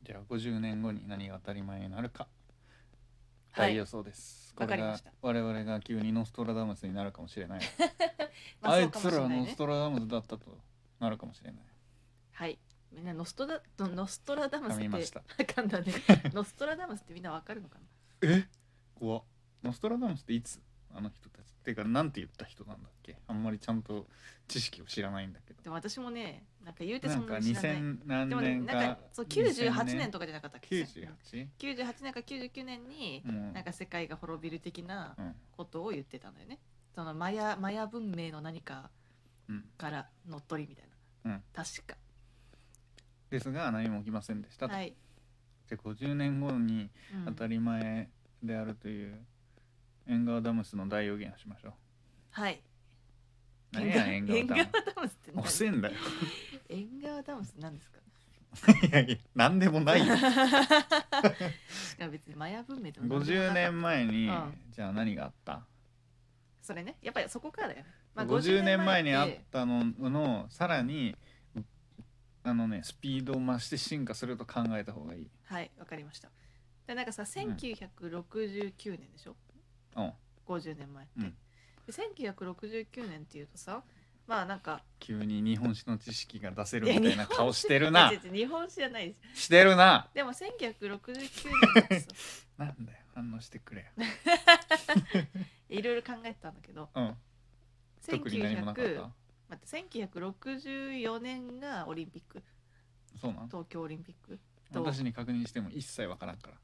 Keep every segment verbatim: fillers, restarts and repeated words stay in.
じゃあごじゅうねんごに何が当たり前になるかはい大予想です、 わこれがかりました。 我々が急にノストラダムスになるかもしれないまあそうかもあいつらしれないね。 ノストラダムスだったとなるかもしれない。 はい。みんなノストラノストラダムスって噛みましたあかんだね。ノストラダムスってみんなわかるのかな。 え怖っ。ノストラダムスっていつあの人たちっていうかなんて言った人なんだっけ。あんまりちゃんと知識を知らないんだけど、 でも私もね、なんか言うてそんなんかなに知らない。 にせん何でもね、 年なんかかそうきゅうじゅうはちねんととかじゃなかったっけ。 きゅうじゅうはち、 きゅうじゅうはちねんかきゅうじゅうきゅうねんに、 うんなんか世界が滅びる的なうんことを言ってたんだよね。そのマヤマヤ文明の何かうんから乗っ取りみたいな。 うん確か。 ですが何も起きませんでしたと、 はい。 じゃあごじゅうねんごにうん当たり前であるという縁側ダムスの大予言をしましょう。 はい。 何や縁側ダム縁側ダムスって何？ 遅えんだよ縁側ダムスって何ですか？ いやいや何でもないよいや別にマヤ文明でも何でもなかったごじゅうねんまえに、 うんじゃあ何があった、 それね、やっぱりそこからだよね。まあごじゅうねんまえにあっってたののさらにあのねスピードを増して進化すると考えた方がいい。 はい、わかりました。でなんかさ、せんきゅうひゃくろくじゅうきゅうねんでしょ、 うんごじゅうねんまえって、 うんでせんきゅうひゃくろくじゅうきゅうねんっていうとさ、まあなんか急に日本史の知識が出せるみたいな顔してるな違う違う日本史じゃないです。 してるな。 でもせんきゅうひゃくろくじゅうきゅうねんってさなんだよ反応してくれよいろいろ考えてたんだけど、 うん特に何もなかっせんきゅうひゃくた。 待ってせんきゅうひゃくろくじゅうよねんがオリンピック、 そうなん東京オリンピックと私に確認しても一切わからんから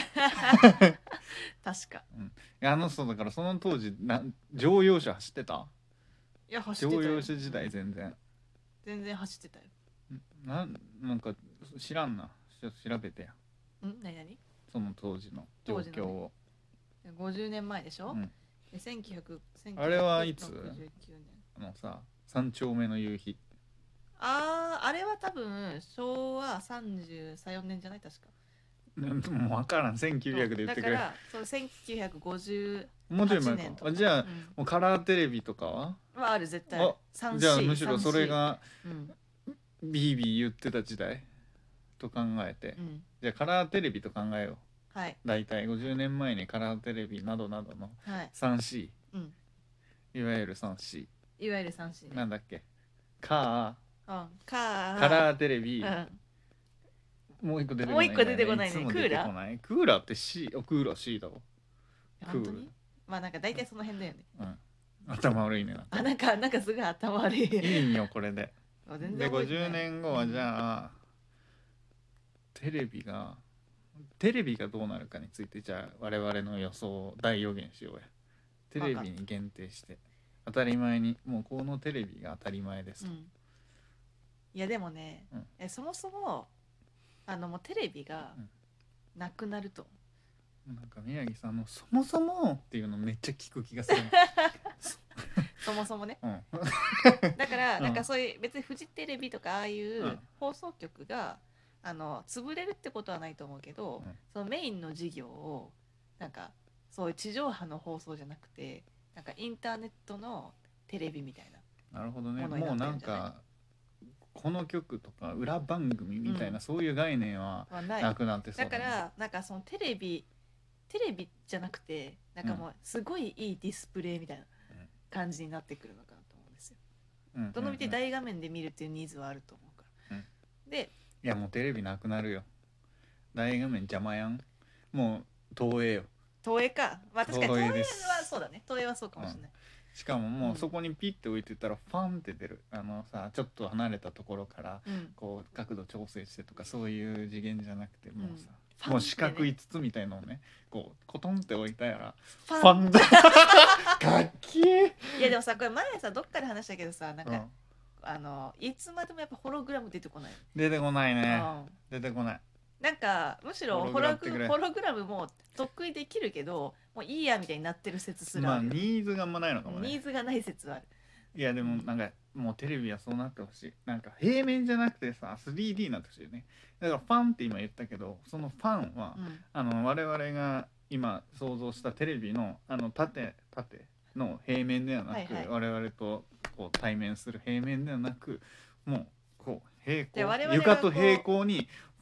確かいやあのそうだからその当時な乗用車走ってた。 いや走って乗たよ用車時代全然全然走ってたよ。 なんなんか知らんな。ちょっと調べてやん何何その当時の状況を、 ごじゅうねんまえでしょ、 うん、 でせんきゅうひゃくあれはいつろくじゅうきゅうねん。 あのさ三丁目の夕日あーあれは多分昭和さんじゅうさん、よねんじゃない確か。 なんともう分からんせんきゅうひゃくで言ってくれ。 だからそうせんきゅうひゃくごじゅうもうちょい前はちねんとかかあじゃあ、 うんもうカラーテレビとかははある絶対あさんじゃあむしろそれ、がうんビービー言ってた時代と考えて、 うん、 じゃあカラーテレビと考えよう。 はいだいたいごじゅうねんまえにカラーテレビなどなどのはい、 スリーシうん、 ー いわゆる スリーシいわゆるさんしーなんだっけカうん、 ーかカラーテレビ、 うんもう一個出てこないんだよね、 もう一個出てこないねつも出てこないクーラーって C あクーラー C だわ。 本当にまあなんか大体その辺だよね。 うん頭悪いねなあなんかなんかすごい頭悪い。 いいんよこれであ全で然覚えてないごじゅうねんごはじゃあ、テレビがテレビがどうなるかについてじゃあ我々の予想を大予言しようや。テレビに限定して当たり前にもうこのテレビが当たり前ですと、 うん、いやでもね、 うんえそもそもあのもうテレビがなくなると、 なんか宮城さんの「そもそも」っていうのめっちゃ聞く気がする、 そもそもねうん、 だからうんなんかそういう別にフジテレビとかああいううん放送局があの潰れるってことはないと思うけど、 うんそのメインの事業をなんかそういう地上波の放送じゃなくてなんかインターネットのテレビみたいな。 なるほどね。 ものになもうなんってるんじゃないかこの曲とか裏番組みたいな、 うんそういう概念ははないなくなってそうだね。 だからなんかそのテレビテレビじゃなくてなんかもうすごいいいディスプレイみたいな感じになってくるのかなと思うんですよ。 うんどのみちうんうん大画面で見るっていうニーズはあると思うから、 うんでいやもうテレビなくなるよ。大画面邪魔やん。もう東映よ。 東映か、まあ確かに東映は東映ですそうだね、東映はそうかもしれない、 しかももうそこにピッて置いてたらファンって出る。あのさちょっと離れたところからうんこう角度調整してとかそういう次元じゃなくてもうさ、 うんもう四角い筒みたいのをねこうコトンって置いたやらファンファンだ楽器いやでもさこれ前さどっかで話したけどさなんか、 うんあのいつまでもやっぱホログラム出てこない、 出てこないね。 うん出てこない。 なんかむしろホロホログラムってくれグホログラムも得意できるけどもういいやみたいになってる説すらまああるよ、 ニーズがあんまないのかもね。 ニーズがない説はある。 いやでもなんかもうテレビはそうなってほしい。なんか平面じゃなくてさ スリーディー になってほしいよね。だからファンって今言ったけどそのファンは、 うんあの我々が今想像したテレビのあの縦縦の平面ではなく、 はいはい我々とこう対面する平面ではなくもうこう平で我々 行がこう床と平行に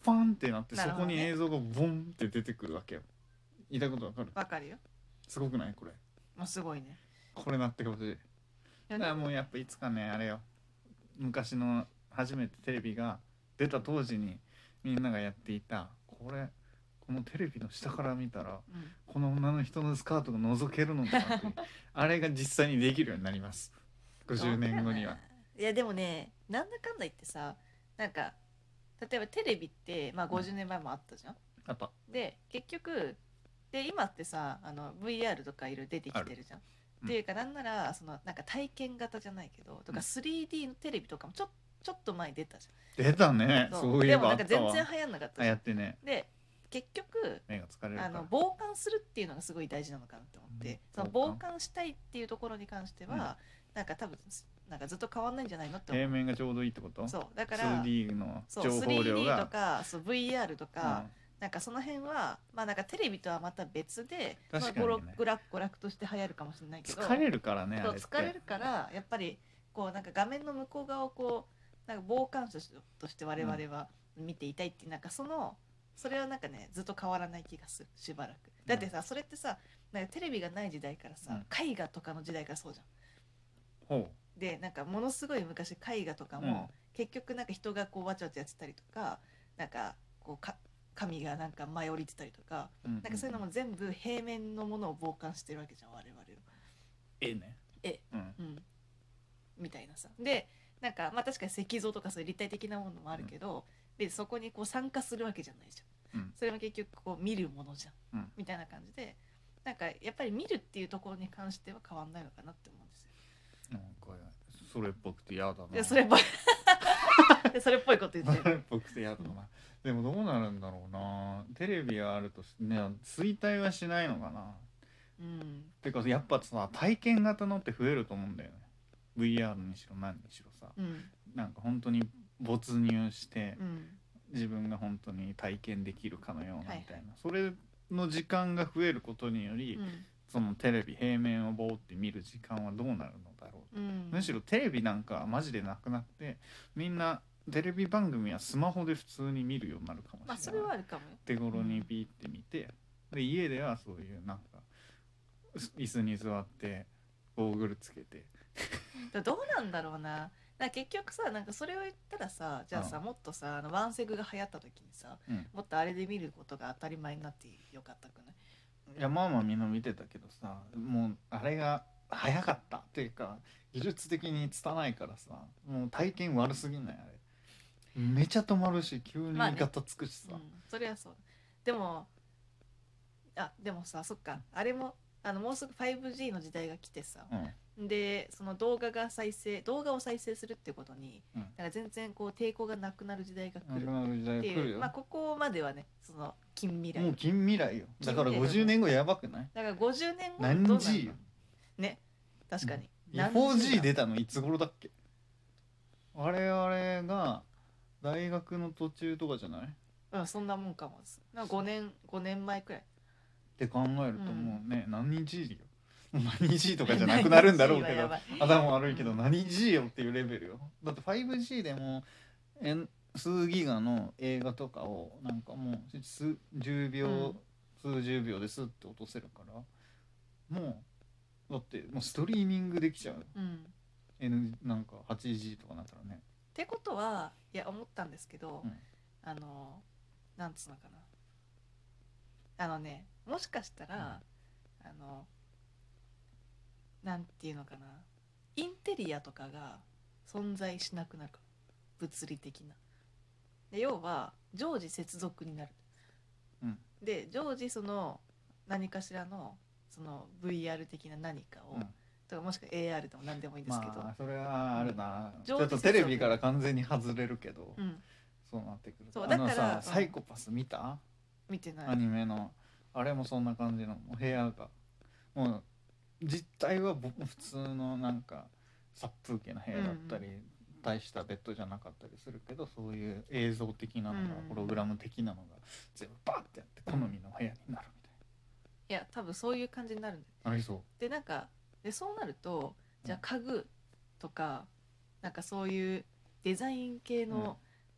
パンってなってそこなるほどねに映像がボンって出てくるわけよ。言いたいことわかる？ わかるよ。 すごくないこれ？ もうすごいね。 これなってほしい。 いやだからもうやっぱいつかねあれよ、昔の初めてテレビが出た当時にみんながやっていたこれこのテレビの下から見たらうんこの女の人のスカートが覗けるのかなっていうあれが実際にできるようになりますごじゅうねんごには。 いやでもね、なんだかんだ言ってさ、なんか例えばテレビってまあごじゅうねんまえもあったじゃん。 あった。 で結局で今ってさあの ブイアール とかいろいろ出てきてるじゃん。 うんっていうかなんならそのなんか体験型じゃないけどとかうんスリーディー のテレビとかもちょちょっと前に出たじ出たね。 ゃん。 そういえでもなんかばあったわ。 全然流行んなかった流じゃん。 行ってね。 で結局目が疲れるから。 あの傍観するっていうのがすごい大事なのかなって思って、 うんその傍観したいっていうところに関しては、 うんなんか多分なんかずっと変わんないんじゃないのって思平う。 面がちょうどいいってこと？ そうだからツーディー のそう情報量スリーディーがとかそう ブイアール とか、 うんなんかその辺はまあなんかテレビとはまた別で、 確かにねまあ、娯楽娯楽娯楽として流行るかもしれないけど、 疲れるからねあそうれって。 疲れるからやっぱりこうなんか画面の向こう側をこうなんか傍観者として我々は見ていたいっていう、なんかそのそれはなんかねずっと変わらない気がするしばらく。だってさ、それってさなんかテレビがない時代からさ、 うん絵画とかの時代からそうじゃん。 ほでなんかものすごい昔絵画とかも、結局なんか人がこうわちゃわちゃやってたりとか、なんかこうか神がなんか舞い降りてたりとか、 う、うんうん、 なんかそういうのも全部平面のものを傍観してるわけじゃん我々は。 絵ね。 絵、 うんうん、みたいなさ。でなんかまあ確かに石像とかそういう立体的なものもあるけど、でそこにこう参加するわけじゃないじゃん。 うんそれも結局こう見るものじゃん、 うんみたいな感じで、なんかやっぱり見るっていうところに関しては変わんないのかなって思うんですよ。 なんかそれっぽくて嫌だな。 でそれっぽいでそれっぽいこと言ってそれっる。 ぽくて嫌だな、でもどうなるんだろうな。テレビがあるとね衰退はしないのかな。 うんてかやっぱさ体験型のって増えると思うんだよね。 ブイアール にしろ何にしろさ、 うんなんか本当に没入してうん自分が本当に体験できるかのようなみたいな、 はいはいそれの時間が増えることにより、 うんそのテレビ平面をボーって見る時間はどうなるのだろう、 うんむしろテレビなんかマジでなくなってみんなテレビ番組はスマホで普通に見るようになるかもしれない、 まあそれはあるかもよ。 手頃にピーって見て、で家ではそういうなんか椅子に座ってゴーグルつけてだどうなんだろうな。だから結局さなんかそれを言ったらさ、じゃあさ、 うんもっとさあのワンセグが流行った時にさ、 うんもっとあれで見ることが当たり前になってよかったくない？ いやまあまあみんな見てたけどさ、もうあれが早かったっていうか技術的に拙いからさ、もう体験悪すぎないあれ。めちゃ止まるし急にまあねガタつくしさ、 うん、それはそう。でもあでもさそっかあれもあのもうすぐ ファイブジー の時代が来てさ、 うんでその動画が再生動画を再生するってことに、 うんなんか全然こう抵抗がなくなる時代が来るなくなる時代っていう、 来るよ、 まあここまではねその近未来もう近未来よ。だから近未来ごじゅうねんごやばくない？ だからごじゅうねんご何どうなるの G よ。 ね確かに、 いや何フォージーだ出たのいつ頃だっけ？我々が大学の途中とかじゃない？っうんそんなもんかもですなんかごねんごねんまえくらいて考えるとうんもうね、何 G よ。もう何 G とかじゃなくなるんだろうけど何 G はやばい頭悪いけどうん何 G よっていうレベルよ。だって ファイブジー でもえん数ギガの映画とかをなんかもう数十秒、 うん数十秒ですって落とせるからもうだってもうストリーミングできちゃう。 うん N なんか はちジー とかなったらね。 ってことはいや思ったんですけど、 うんあのなんつうのかなあのねもしかしたら、あのなんていうのかなインテリアとかが存在しなくなるかも物理的なで要は常時接続になる、 うんで常時その何かしらのその ブイアール 的な何かを、 うんとかもしくは エーアール でも何でもいいんですけど、 まあそれはあるな、 うんちょっとテレビから完全に外れるけど、 うん、 そうなってくるそうとあのだからさ、サイコパス見た？ 見てないアニメのあれもそんな感じのもう部屋がもう実態はぼ普通のなんか殺風景な部屋だったり、 うん大したベッドじゃなかったりするけどそういう映像的なのが、 うんホログラム的なのが全部バーってやって好みの部屋になるみいや多分そういう感じになるんだよたいな。ありそう。 でなんかでそうなるとじゃあ家具とかなんかそういうデザイン系の、 うんなん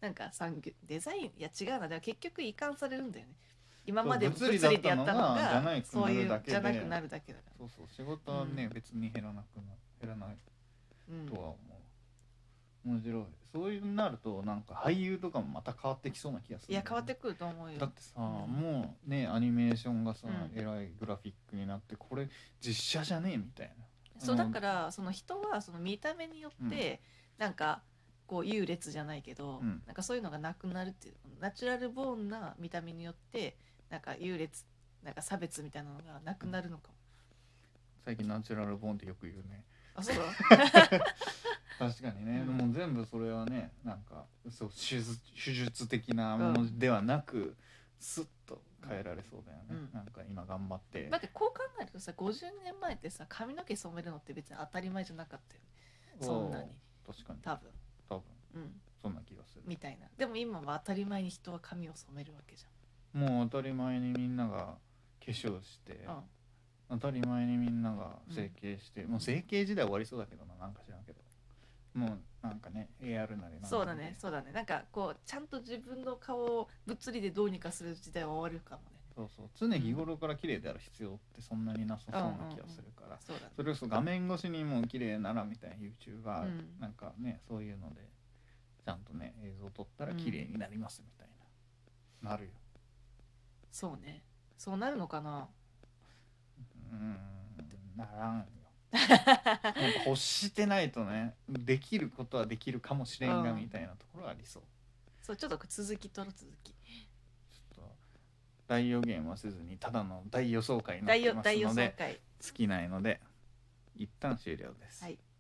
なんか産業デザインいや違うなでも結局移管されるんだよね今そうまで物理物理でだったのやったのがじゃなくがそういうなるだけでじゃなくなるだけだからそうそう仕事はね、 うん別に減らなくな減らないうんとは思う、面白い。そういうなるとなんか俳優とかもまた変わってきそうな気がするいんだよね、 や変わってくると思うよだってさ、 うんもうねアニメーションがさ、 うんえらいグラフィックになってこれ実写じゃねえみたいな。 そうだからその人はその見た目によってなんかこう優劣じゃないけど、 うんなんかそういうのがなくなるっていうナチュラルボーンな見た目によってなんか優劣なんか差別みたいなのがなくなるのかも。 最近ナチュラルボーンってよく言うね。 あそうだ確かにね、 うんもう全部それはねなんかそう手術手術的なものではなく、スッと変えられそうだよね、 うんなんか今頑張ってだってこう考えるとさごじゅうねんまえってさ髪の毛染めるのって別に当たり前じゃなかったよねそんなにおー確かに多分多分うんそんな気がする。 みたいなでも今は当たり前に人は髪を染めるわけじもう当たり前にみんなが化粧して、 ゃん、うん当たり前にみんなが整形して、もう整形時代終わりそうだけどな、なんか知らんけどもうなんかね エーアール なりなんなりそうだねそうだねなんかこうちゃんと自分の顔を物理でどうにかする時代は終わるかもねそうそう常日頃から綺麗である必要ってそんなになさそうな気がするから、 そうだねそれこそ画面越しにもう綺麗ならみたいな YouTuber、 うんなんかねそういうのでちゃんとね映像撮ったら綺麗になりますみたいな、なるよ。 そうねそうなるのかなうーんならんよやっぱ欲してないとねできることはできるかもしれんがうんみたいなところはありそう。 そうちょっと続き取る続きちょっと大予言はせずにただの大予想会になっ大てます予大予ので想会尽きないので一旦終了です。 はい